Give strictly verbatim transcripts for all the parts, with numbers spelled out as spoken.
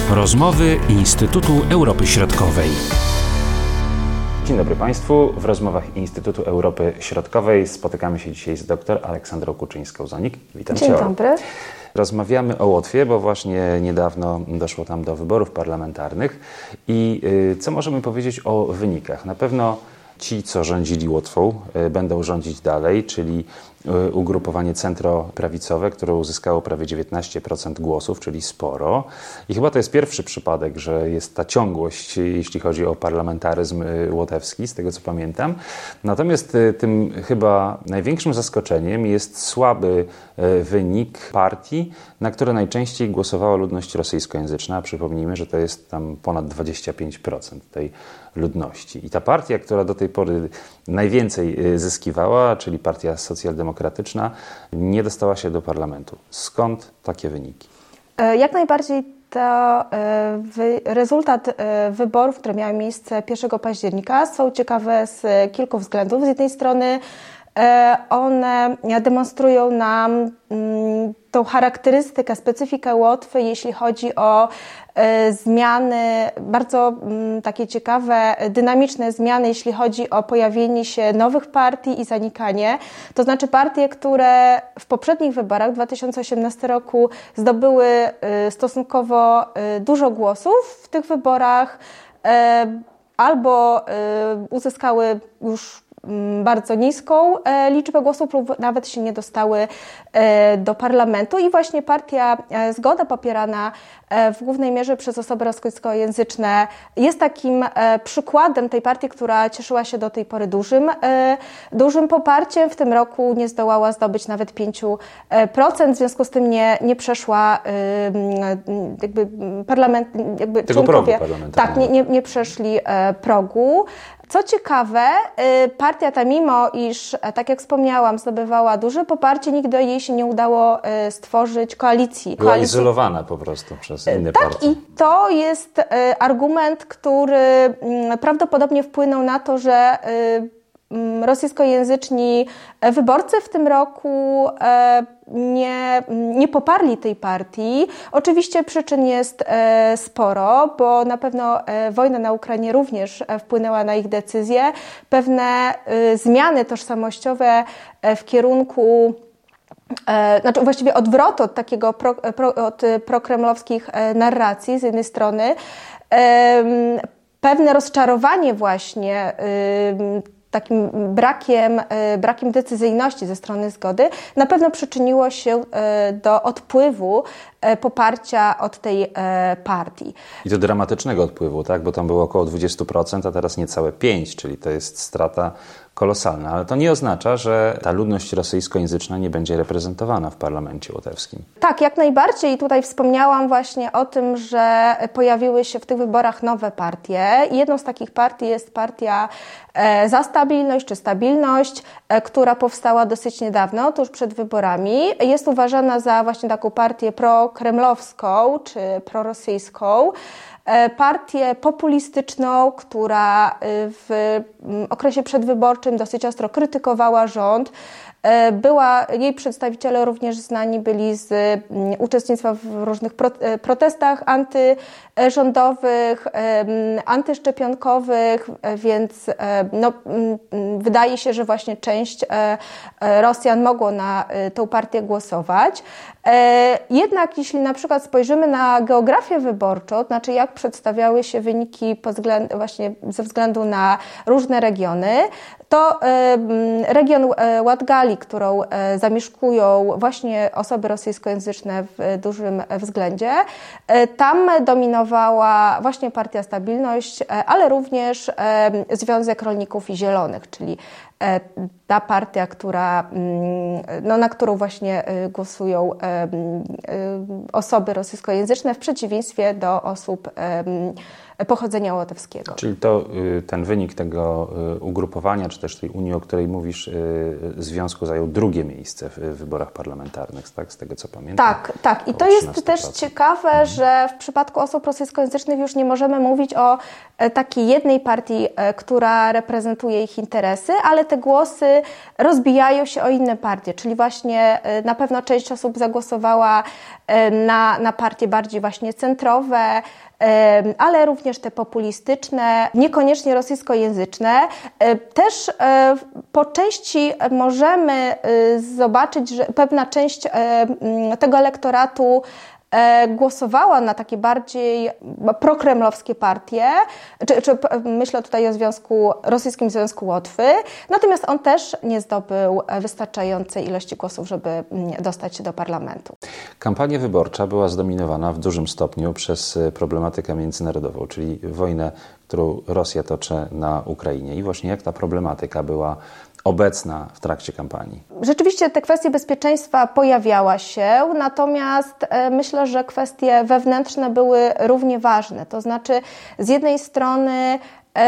Rozmowy Instytutu Europy Środkowej. Dzień dobry Państwu. W rozmowach Instytutu Europy Środkowej spotykamy się dzisiaj z dr Aleksandrą Kuczyńską-Zonik. Witam Cię. Dzień dobry. Rozmawiamy o Łotwie, bo właśnie niedawno doszło tam do wyborów parlamentarnych. I y, co możemy powiedzieć o wynikach? Na pewno ci, co rządzili Łotwą, y, będą rządzić dalej, czyli y, ugrupowanie centroprawicowe, które uzyskało prawie dziewiętnaście procent głosów, czyli sporo. I chyba to jest pierwszy przypadek, że jest ta ciągłość, jeśli chodzi o parlamentaryzm y, łotewski, z tego co pamiętam. Natomiast y, tym chyba największym zaskoczeniem jest słaby y, wynik partii, na które najczęściej głosowała ludność rosyjskojęzyczna. Przypomnijmy, że to jest tam ponad dwadzieścia pięć procent tej ludności. I ta partia, która do tej pory najwięcej zyskiwała, czyli Partia Socjaldemokratyczna, nie dostała się do parlamentu. Skąd takie wyniki? Jak najbardziej to rezultat wyborów, które miały miejsce pierwszego października, są ciekawe z kilku względów. Z jednej strony one demonstrują nam tą charakterystykę, specyfikę Łotwy, jeśli chodzi o zmiany, bardzo takie ciekawe, dynamiczne zmiany, jeśli chodzi o pojawienie się nowych partii i zanikanie. To znaczy partie, które w poprzednich wyborach w dwa tysiące osiemnastym roku zdobyły stosunkowo dużo głosów, w tych wyborach albo uzyskały już bardzo niską liczbę głosów lub nawet się nie dostały do parlamentu i właśnie partia Zgoda, popierana w głównej mierze przez osoby rosyjskojęzyczne, jest takim przykładem tej partii, która cieszyła się do tej pory dużym, dużym poparciem. W tym roku nie zdołała zdobyć nawet pięć procent, w związku z tym nie, nie przeszła jakby parlament, jakby tego członkowie, progu parlamentarnego. Tak, nie, nie, nie przeszli progu. Co ciekawe, partia ta, mimo iż, tak jak wspomniałam, zdobywała duże poparcie, nigdy jej się nie udało stworzyć koalicji. Była koalicji. izolowana po prostu przez inne tak, partie. I to jest argument, który prawdopodobnie wpłynął na to, że rosyjskojęzyczni wyborcy w tym roku nie, nie poparli tej partii. Oczywiście przyczyn jest sporo, bo na pewno wojna na Ukrainie również wpłynęła na ich decyzje. Pewne zmiany tożsamościowe w kierunku Znaczy właściwie odwrotu od takiego pro, pro, od prokremlowskich narracji z jednej strony, pewne rozczarowanie właśnie takim brakiem, brakiem decyzyjności ze strony Zgody na pewno przyczyniło się do odpływu poparcia od tej partii. I do dramatycznego odpływu, tak? Bo tam było około dwadzieścia procent, a teraz niecałe pięć procent, czyli to jest strata kolosalna. Ale to nie oznacza, że ta ludność rosyjskojęzyczna nie będzie reprezentowana w parlamencie łotewskim. Tak, jak najbardziej. I tutaj wspomniałam właśnie o tym, że pojawiły się w tych wyborach nowe partie. I jedną z takich partii jest partia Za Stabilność czy Stabilność, która powstała dosyć niedawno, tuż przed wyborami. Jest uważana za właśnie taką partię prokremlowską czy prorosyjską. Partię populistyczną, która w okresie przedwyborczym dosyć ostro krytykowała rząd. Była, jej przedstawiciele również znani byli z uczestnictwa w różnych protestach antyrządowych, antyszczepionkowych, więc no, wydaje się, że właśnie część Rosjan mogło na tą partię głosować. Jednak jeśli na przykład spojrzymy na geografię wyborczą, to znaczy jak przedstawiały się wyniki pod względ, właśnie ze względu na różne regiony, to region Latgalii, którą zamieszkują właśnie osoby rosyjskojęzyczne w dużym względzie, tam dominowała właśnie Partia Stabilność, ale również Związek Rolników i Zielonych, czyli ta partia, która, no, na którą właśnie głosują osoby rosyjskojęzyczne w przeciwieństwie do osób pochodzenia łotewskiego. Czyli to ten wynik tego ugrupowania, czy też tej Unii, o której mówisz, związku zajął drugie miejsce w wyborach parlamentarnych, tak? Z tego co pamiętam. Tak, tak. I to jest też ciekawe, mhm. że w przypadku osób rosyjskojęzycznych już nie możemy mówić o takiej jednej partii, która reprezentuje ich interesy, ale te głosy rozbijają się o inne partie, czyli właśnie na pewno część osób zagłosowała na, na partie bardziej właśnie centrowe, ale również te populistyczne, niekoniecznie rosyjskojęzyczne. Też po części możemy zobaczyć, że pewna część tego elektoratu głosowała na takie bardziej prokremlowskie partie, czy, czy myślę tutaj o Związku, Rosyjskim Związku Łotwy, natomiast on też nie zdobył wystarczającej ilości głosów, żeby dostać się do parlamentu. Kampania wyborcza była zdominowana w dużym stopniu przez problematykę międzynarodową, czyli wojnę, którą Rosja toczy na Ukrainie. I właśnie jak ta problematyka była obecna w trakcie kampanii? Rzeczywiście te kwestie bezpieczeństwa pojawiała się, natomiast myślę, że kwestie wewnętrzne były równie ważne. To znaczy z jednej strony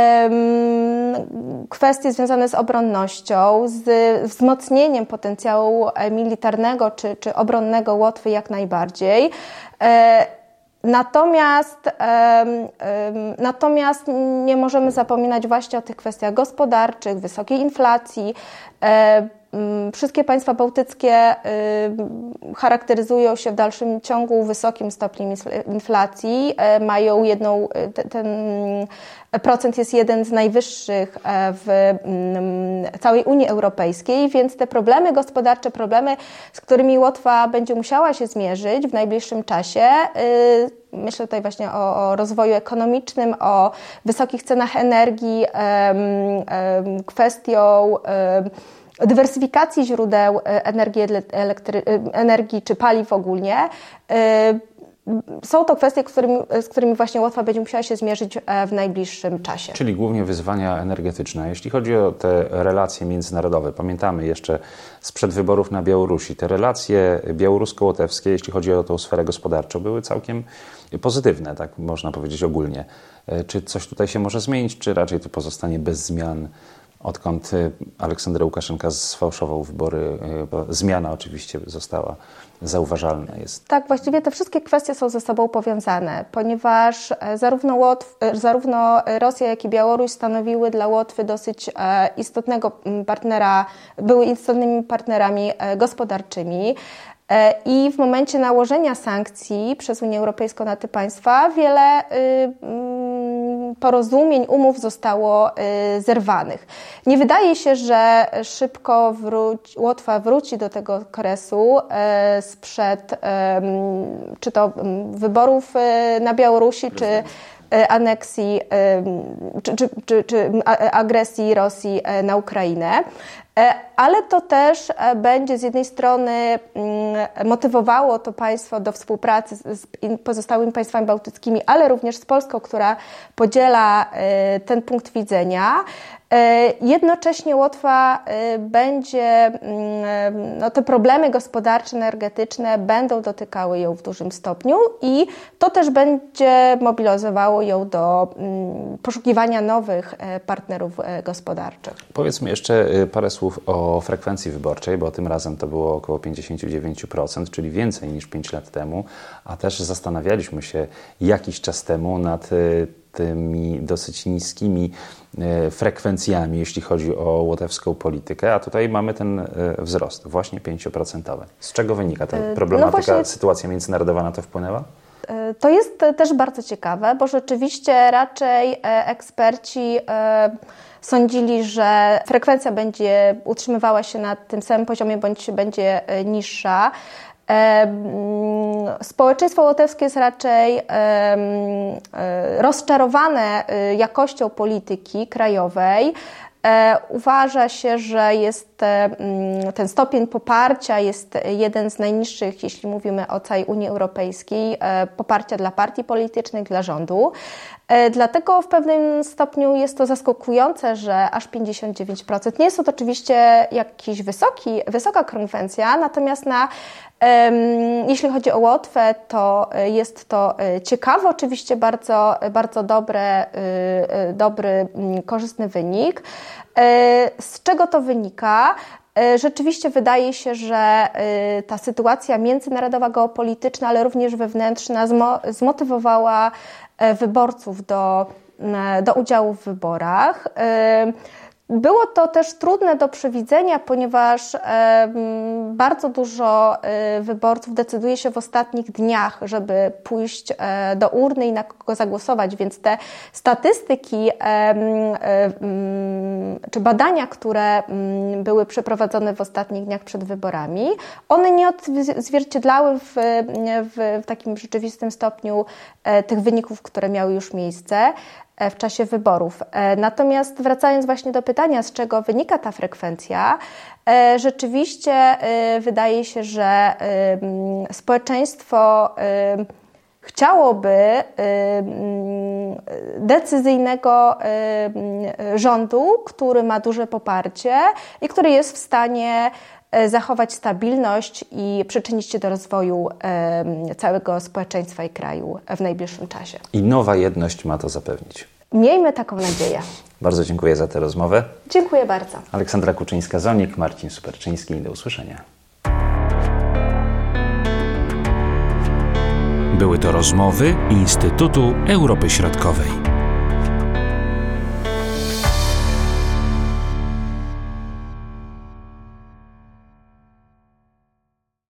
kwestie związane z obronnością, z wzmocnieniem potencjału militarnego czy, czy obronnego Łotwy jak najbardziej. Natomiast, natomiast nie możemy zapominać właśnie o tych kwestiach gospodarczych, wysokiej inflacji. Wszystkie państwa bałtyckie charakteryzują się w dalszym ciągu wysokim stopniem inflacji. Mają jedną, ten procent jest jeden z najwyższych w całej Unii Europejskiej, więc te problemy gospodarcze, problemy, z którymi Łotwa będzie musiała się zmierzyć w najbliższym czasie, myślę tutaj właśnie o, o rozwoju ekonomicznym, o wysokich cenach energii, kwestią dywersyfikacji źródeł energii, elektry, energii czy paliw ogólnie. Są to kwestie, z którymi, z którymi właśnie Łotwa będzie musiała się zmierzyć w najbliższym czasie. Czyli głównie wyzwania energetyczne. Jeśli chodzi o te relacje międzynarodowe, pamiętamy jeszcze sprzed wyborów na Białorusi, te relacje białorusko-łotewskie, jeśli chodzi o tą sferę gospodarczą, były całkiem pozytywne, tak można powiedzieć ogólnie. Czy coś tutaj się może zmienić, czy raczej to pozostanie bez zmian? Odkąd Aleksander Łukaszenka sfałszował wybory, zmiana oczywiście została zauważalna. Jest. Tak, właściwie te wszystkie kwestie są ze sobą powiązane, ponieważ zarówno, Łotw, zarówno Rosja, jak i Białoruś stanowiły dla Łotwy dosyć istotnego partnera, były istotnymi partnerami gospodarczymi. I w momencie nałożenia sankcji przez Unię Europejską na te państwa wiele porozumień, umów zostało zerwanych. Nie wydaje się, że szybko wróci, Łotwa wróci do tego okresu sprzed czy to wyborów na Białorusi, czy aneksji, czy, czy, czy, czy agresji Rosji na Ukrainę. Ale to też będzie z jednej strony motywowało to państwo do współpracy z pozostałymi państwami bałtyckimi, ale również z Polską, która podziela ten punkt widzenia. Jednocześnie Łotwa będzie, no te problemy gospodarcze, energetyczne będą dotykały ją w dużym stopniu i to też będzie mobilizowało ją do poszukiwania nowych partnerów gospodarczych. Powiedzmy jeszcze parę słów o frekwencji wyborczej, bo tym razem to było około pięćdziesiąt dziewięć procent, czyli więcej niż pięć lat temu, a też zastanawialiśmy się jakiś czas temu nad tymi dosyć niskimi frekwencjami, jeśli chodzi o łotewską politykę, a tutaj mamy ten wzrost, właśnie pięć procent. Z czego wynika ta problematyka, no właśnie, sytuacja międzynarodowa na to wpłynęła? To jest też bardzo ciekawe, bo rzeczywiście raczej eksperci sądzili, że frekwencja będzie utrzymywała się na tym samym poziomie, bądź będzie niższa. Społeczeństwo łotewskie jest raczej rozczarowane jakością polityki krajowej. Uważa się, że jest ten stopień poparcia jest jeden z najniższych, jeśli mówimy o całej Unii Europejskiej, poparcia dla partii politycznych, dla rządu. Dlatego w pewnym stopniu jest to zaskakujące, że aż pięćdziesiąt dziewięć procent. Nie jest to oczywiście jakiś wysoki, wysoka frekwencja, natomiast na, jeśli chodzi o Łotwę, to jest to ciekawy, oczywiście bardzo, bardzo dobre, dobry, korzystny wynik. Z czego to wynika? Rzeczywiście wydaje się, że ta sytuacja międzynarodowa, geopolityczna, ale również wewnętrzna zmotywowała wyborców do, do udziału w wyborach. Było to też trudne do przewidzenia, ponieważ e, bardzo dużo e, wyborców decyduje się w ostatnich dniach, żeby pójść e, do urny i na kogo zagłosować, więc te statystyki e, e, czy badania, które m, były przeprowadzone w ostatnich dniach przed wyborami, one nie odzwierciedlały w, w, w takim rzeczywistym stopniu e, tych wyników, które miały już miejsce w czasie wyborów. Natomiast wracając właśnie do pytania, z czego wynika ta frekwencja, rzeczywiście wydaje się, że społeczeństwo chciałoby decyzyjnego rządu, który ma duże poparcie i który jest w stanie zachować stabilność i przyczynić się do rozwoju całego społeczeństwa i kraju w najbliższym czasie. I nowa jedność ma to zapewnić. Miejmy taką nadzieję. Bardzo dziękuję za tę rozmowę. Dziękuję bardzo. Aleksandra Kuczyńska-Zonik, Marcin Superczyński. Do usłyszenia. Były to rozmowy Instytutu Europy Środkowej.